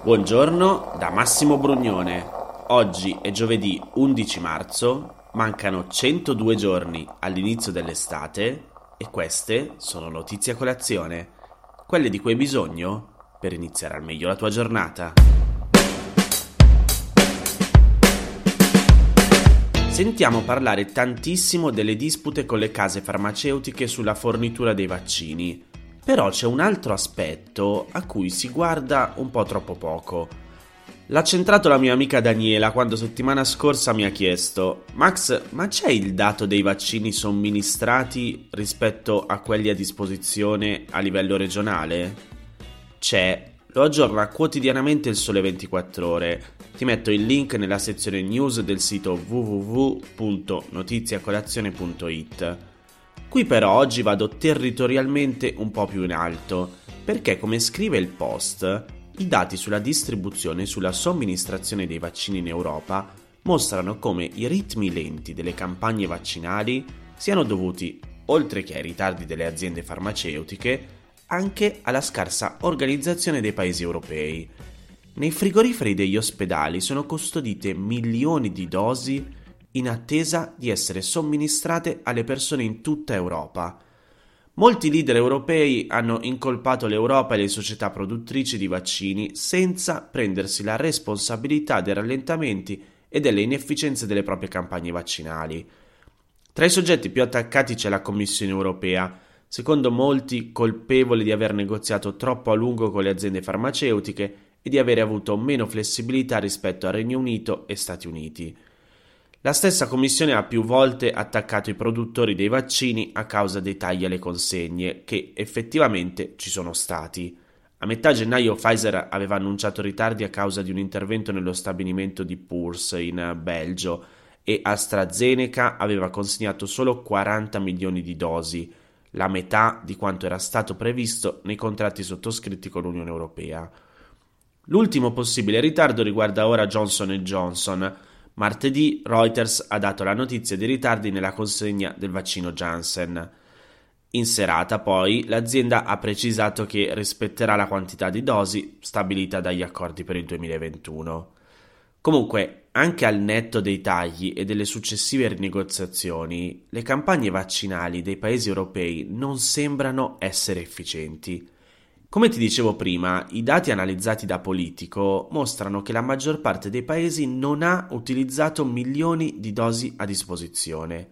Buongiorno da Massimo Brugnone. Oggi è giovedì 11 marzo, mancano 102 giorni all'inizio dell'estate e queste sono notizie a colazione, quelle di cui hai bisogno per iniziare al meglio la tua giornata. Sentiamo parlare tantissimo delle dispute con le case farmaceutiche sulla fornitura dei vaccini. Però c'è un altro aspetto a cui si guarda un po' troppo poco. L'ha centrato la mia amica Daniela quando settimana scorsa mi ha chiesto: Max, ma c'è il dato dei vaccini somministrati rispetto a quelli a disposizione a livello regionale? C'è, lo aggiorna quotidianamente il Sole 24 Ore. Ti metto il link nella sezione news del sito www.notiziacolazione.it. Qui però oggi vado territorialmente un po' più in alto, perché come scrive il Post, i dati sulla distribuzione e sulla somministrazione dei vaccini in Europa mostrano come i ritmi lenti delle campagne vaccinali siano dovuti, oltre che ai ritardi delle aziende farmaceutiche, anche alla scarsa organizzazione dei paesi europei. Nei frigoriferi degli ospedali sono custodite milioni di dosi in attesa di essere somministrate alle persone in tutta Europa. Molti leader europei hanno incolpato l'Europa e le società produttrici di vaccini senza prendersi la responsabilità dei rallentamenti e delle inefficienze delle proprie campagne vaccinali. Tra i soggetti più attaccati c'è la Commissione europea, secondo molti colpevole di aver negoziato troppo a lungo con le aziende farmaceutiche e di avere avuto meno flessibilità rispetto a Regno Unito e Stati Uniti. La stessa Commissione ha più volte attaccato i produttori dei vaccini a causa dei tagli alle consegne, che effettivamente ci sono stati. A metà gennaio Pfizer aveva annunciato ritardi a causa di un intervento nello stabilimento di Puurs in Belgio e AstraZeneca aveva consegnato solo 40 milioni di dosi, la metà di quanto era stato previsto nei contratti sottoscritti con l'Unione Europea. L'ultimo possibile ritardo riguarda ora Johnson & Johnson. Martedì Reuters ha dato la notizia di ritardi nella consegna del vaccino Janssen. In serata poi l'azienda ha precisato che rispetterà la quantità di dosi stabilita dagli accordi per il 2021. Comunque, anche al netto dei tagli e delle successive rinegoziazioni, le campagne vaccinali dei paesi europei non sembrano essere efficienti. Come ti dicevo prima, i dati analizzati da Politico mostrano che la maggior parte dei paesi non ha utilizzato milioni di dosi a disposizione.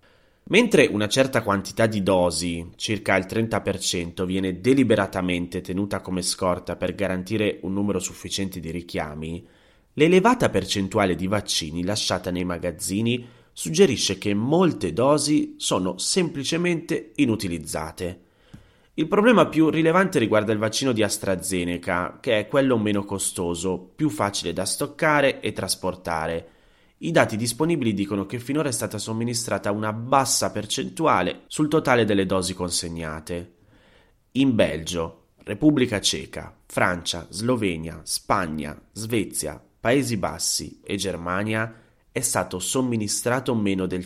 Mentre una certa quantità di dosi, circa il 30%, viene deliberatamente tenuta come scorta per garantire un numero sufficiente di richiami, l'elevata percentuale di vaccini lasciata nei magazzini suggerisce che molte dosi sono semplicemente inutilizzate. Il problema più rilevante riguarda il vaccino di AstraZeneca, che è quello meno costoso, più facile da stoccare e trasportare. I dati disponibili dicono che finora è stata somministrata una bassa percentuale sul totale delle dosi consegnate. In Belgio, Repubblica Ceca, Francia, Slovenia, Spagna, Svezia, Paesi Bassi e Germania è stato somministrato meno del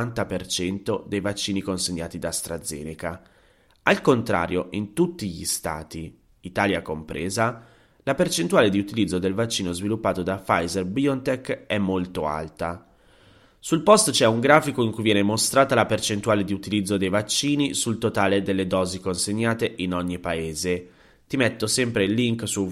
50% dei vaccini consegnati da AstraZeneca. Al contrario, in tutti gli stati, Italia compresa, la percentuale di utilizzo del vaccino sviluppato da Pfizer-BioNTech è molto alta. Sul post c'è un grafico in cui viene mostrata la percentuale di utilizzo dei vaccini sul totale delle dosi consegnate in ogni paese. Ti metto sempre il link su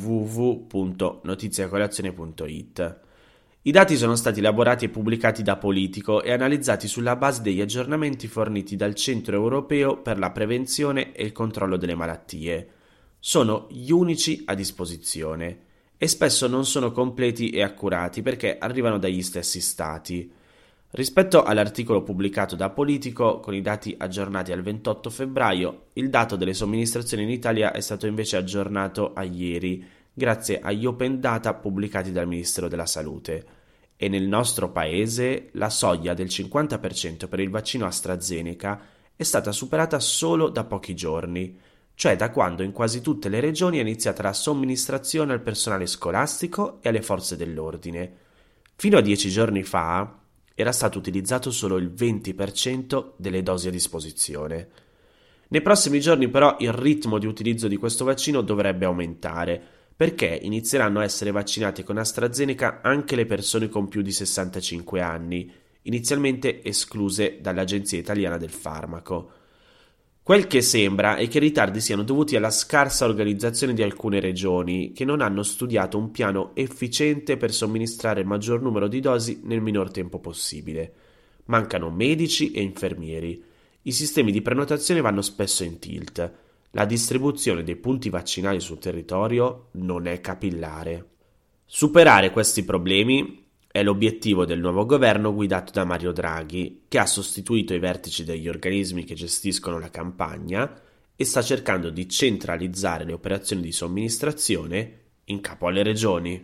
www.notiziacolazione.it. I dati sono stati elaborati e pubblicati da Politico e analizzati sulla base degli aggiornamenti forniti dal Centro Europeo per la Prevenzione e il Controllo delle Malattie. Sono gli unici a disposizione e spesso non sono completi e accurati perché arrivano dagli stessi stati. Rispetto all'articolo pubblicato da Politico, con i dati aggiornati al 28 febbraio, il dato delle somministrazioni in Italia è stato invece aggiornato a ieri, grazie agli open data pubblicati dal Ministero della Salute. E nel nostro paese la soglia del 50% per il vaccino AstraZeneca è stata superata solo da pochi giorni, cioè da quando in quasi tutte le regioni è iniziata la somministrazione al personale scolastico e alle forze dell'ordine. Fino a 10 giorni fa era stato utilizzato solo il 20% delle dosi a disposizione. Nei prossimi giorni però il ritmo di utilizzo di questo vaccino dovrebbe aumentare, perché inizieranno a essere vaccinate con AstraZeneca anche le persone con più di 65 anni, inizialmente escluse dall'Agenzia Italiana del Farmaco. Quel che sembra è che i ritardi siano dovuti alla scarsa organizzazione di alcune regioni, che non hanno studiato un piano efficiente per somministrare il maggior numero di dosi nel minor tempo possibile. Mancano medici e infermieri. I sistemi di prenotazione vanno spesso in tilt. La distribuzione dei punti vaccinali sul territorio non è capillare. Superare questi problemi è l'obiettivo del nuovo governo guidato da Mario Draghi, che ha sostituito i vertici degli organismi che gestiscono la campagna e sta cercando di centralizzare le operazioni di somministrazione in capo alle regioni.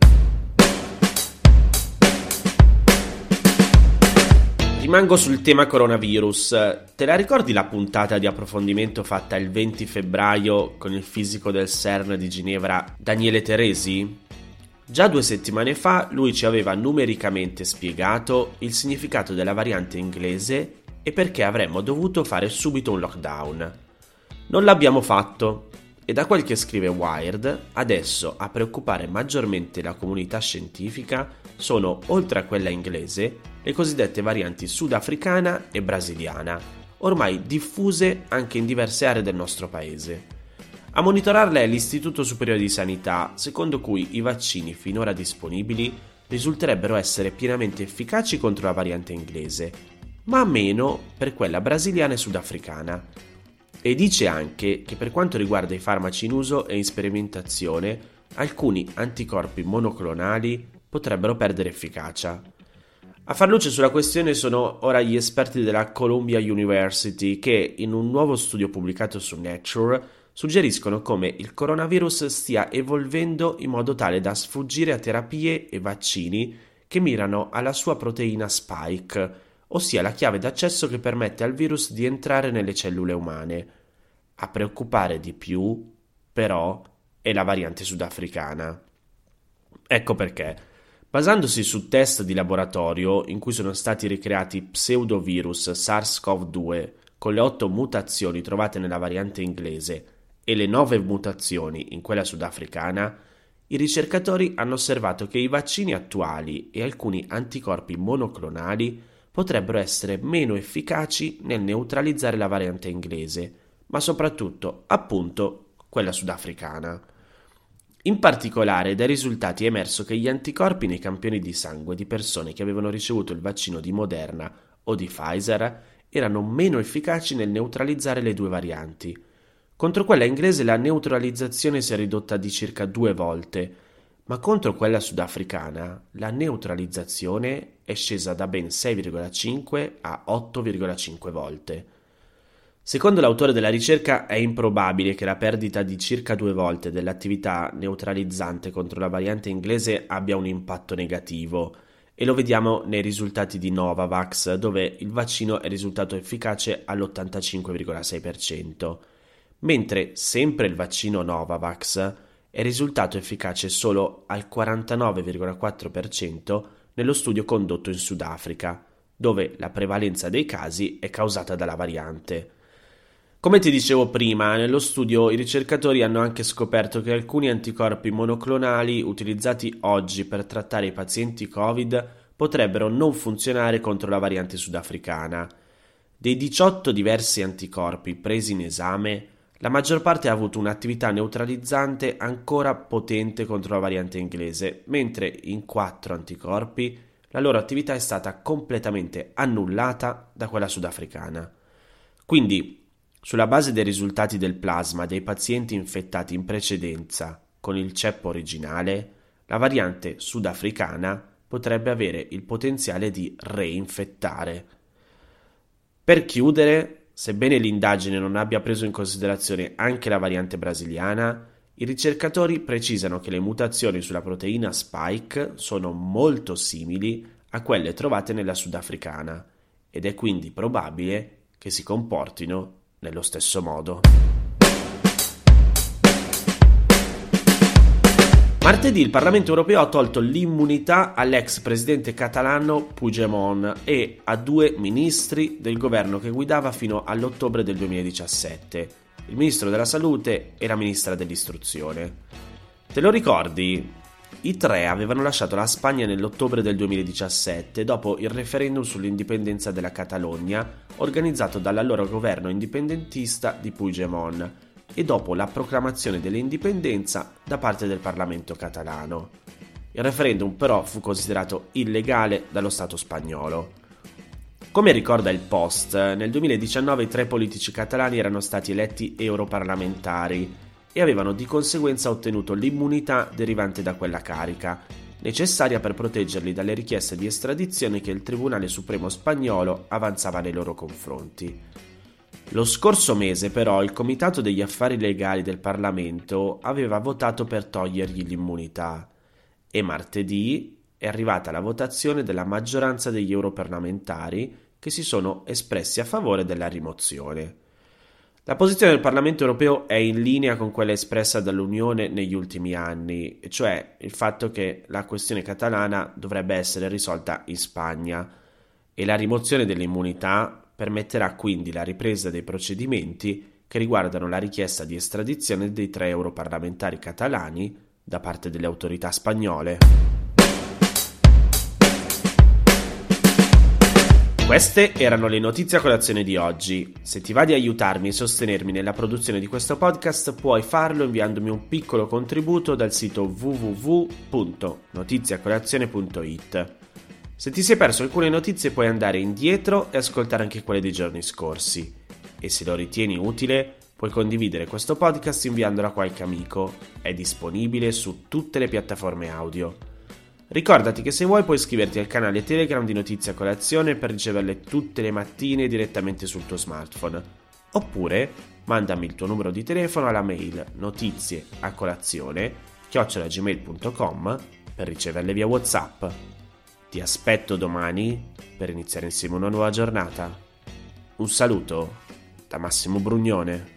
Rimango sul tema coronavirus. Te la ricordi la puntata di approfondimento fatta il 20 febbraio con il fisico del CERN di Ginevra Daniele Teresi? Già 2 settimane fa lui ci aveva numericamente spiegato il significato della variante inglese e perché avremmo dovuto fare subito un lockdown. Non l'abbiamo fatto e da quel che scrive Wired, adesso a preoccupare maggiormente la comunità scientifica sono, oltre a quella inglese, le cosiddette varianti sudafricana e brasiliana, ormai diffuse anche in diverse aree del nostro paese. A monitorarle è l'Istituto Superiore di Sanità, secondo cui i vaccini finora disponibili risulterebbero essere pienamente efficaci contro la variante inglese, ma meno per quella brasiliana e sudafricana. E dice anche che per quanto riguarda i farmaci in uso e in sperimentazione, alcuni anticorpi monoclonali potrebbero perdere efficacia. A far luce sulla questione sono ora gli esperti della Columbia University che, in un nuovo studio pubblicato su Nature, suggeriscono come il coronavirus stia evolvendo in modo tale da sfuggire a terapie e vaccini che mirano alla sua proteina spike, ossia la chiave d'accesso che permette al virus di entrare nelle cellule umane. A preoccupare di più, però, è la variante sudafricana. Ecco perché. Basandosi su test di laboratorio in cui sono stati ricreati pseudovirus SARS-CoV-2 con le 8 mutazioni trovate nella variante inglese e le 9 mutazioni in quella sudafricana, i ricercatori hanno osservato che i vaccini attuali e alcuni anticorpi monoclonali potrebbero essere meno efficaci nel neutralizzare la variante inglese, ma soprattutto, appunto, quella sudafricana. In particolare, dai risultati è emerso che gli anticorpi nei campioni di sangue di persone che avevano ricevuto il vaccino di Moderna o di Pfizer erano meno efficaci nel neutralizzare le 2 varianti. Contro quella inglese la neutralizzazione si è ridotta di circa 2 volte, ma contro quella sudafricana la neutralizzazione è scesa da ben 6,5 a 8,5 volte. Secondo l'autore della ricerca è improbabile che la perdita di circa 2 volte dell'attività neutralizzante contro la variante inglese abbia un impatto negativo, e lo vediamo nei risultati di Novavax, dove il vaccino è risultato efficace all'85,6%. Mentre sempre il vaccino Novavax è risultato efficace solo al 49,4% nello studio condotto in Sudafrica, dove la prevalenza dei casi è causata dalla variante. Come ti dicevo prima, nello studio i ricercatori hanno anche scoperto che alcuni anticorpi monoclonali utilizzati oggi per trattare i pazienti Covid potrebbero non funzionare contro la variante sudafricana. Dei 18 diversi anticorpi presi in esame, la maggior parte ha avuto un'attività neutralizzante ancora potente contro la variante inglese, mentre in 4 anticorpi la loro attività è stata completamente annullata da quella sudafricana. Quindi, sulla base dei risultati del plasma dei pazienti infettati in precedenza con il ceppo originale, la variante sudafricana potrebbe avere il potenziale di reinfettare. Per chiudere, sebbene l'indagine non abbia preso in considerazione anche la variante brasiliana, i ricercatori precisano che le mutazioni sulla proteina spike sono molto simili a quelle trovate nella sudafricana ed è quindi probabile che si comportino nello stesso modo. Martedì il Parlamento europeo ha tolto l'immunità all'ex presidente catalano Puigdemont e a 2 ministri del governo che guidava fino all'ottobre del 2017, il ministro della salute e la ministra dell'istruzione. Te lo ricordi? I tre avevano lasciato la Spagna nell'ottobre del 2017 dopo il referendum sull'indipendenza della Catalogna organizzato dall'allora governo indipendentista di Puigdemont e dopo la proclamazione dell'indipendenza da parte del Parlamento catalano. Il referendum però fu considerato illegale dallo Stato spagnolo. Come ricorda il Post, nel 2019 i tre politici catalani erano stati eletti europarlamentari e avevano di conseguenza ottenuto l'immunità derivante da quella carica, necessaria per proteggerli dalle richieste di estradizione che il Tribunale Supremo spagnolo avanzava nei loro confronti. Lo scorso mese però il Comitato degli Affari Legali del Parlamento aveva votato per togliergli l'immunità e martedì è arrivata la votazione della maggioranza degli europarlamentari che si sono espressi a favore della rimozione. La posizione del Parlamento europeo è in linea con quella espressa dall'Unione negli ultimi anni, cioè il fatto che la questione catalana dovrebbe essere risolta in Spagna e la rimozione dell'immunità permetterà quindi la ripresa dei procedimenti che riguardano la richiesta di estradizione dei tre europarlamentari catalani da parte delle autorità spagnole. Queste erano le notizie a colazione di oggi. Se ti va di aiutarmi e sostenermi nella produzione di questo podcast, puoi farlo inviandomi un piccolo contributo dal sito www.notiziacolazione.it. Se ti sei perso alcune notizie puoi andare indietro e ascoltare anche quelle dei giorni scorsi. E se lo ritieni utile, puoi condividere questo podcast inviandolo a qualche amico. È disponibile su tutte le piattaforme audio. Ricordati che se vuoi puoi iscriverti al canale Telegram di Notizie a Colazione per riceverle tutte le mattine direttamente sul tuo smartphone. Oppure mandami il tuo numero di telefono alla mail notizieacolazione@gmail.com per riceverle via WhatsApp. Ti aspetto domani per iniziare insieme una nuova giornata. Un saluto da Massimo Brugnone.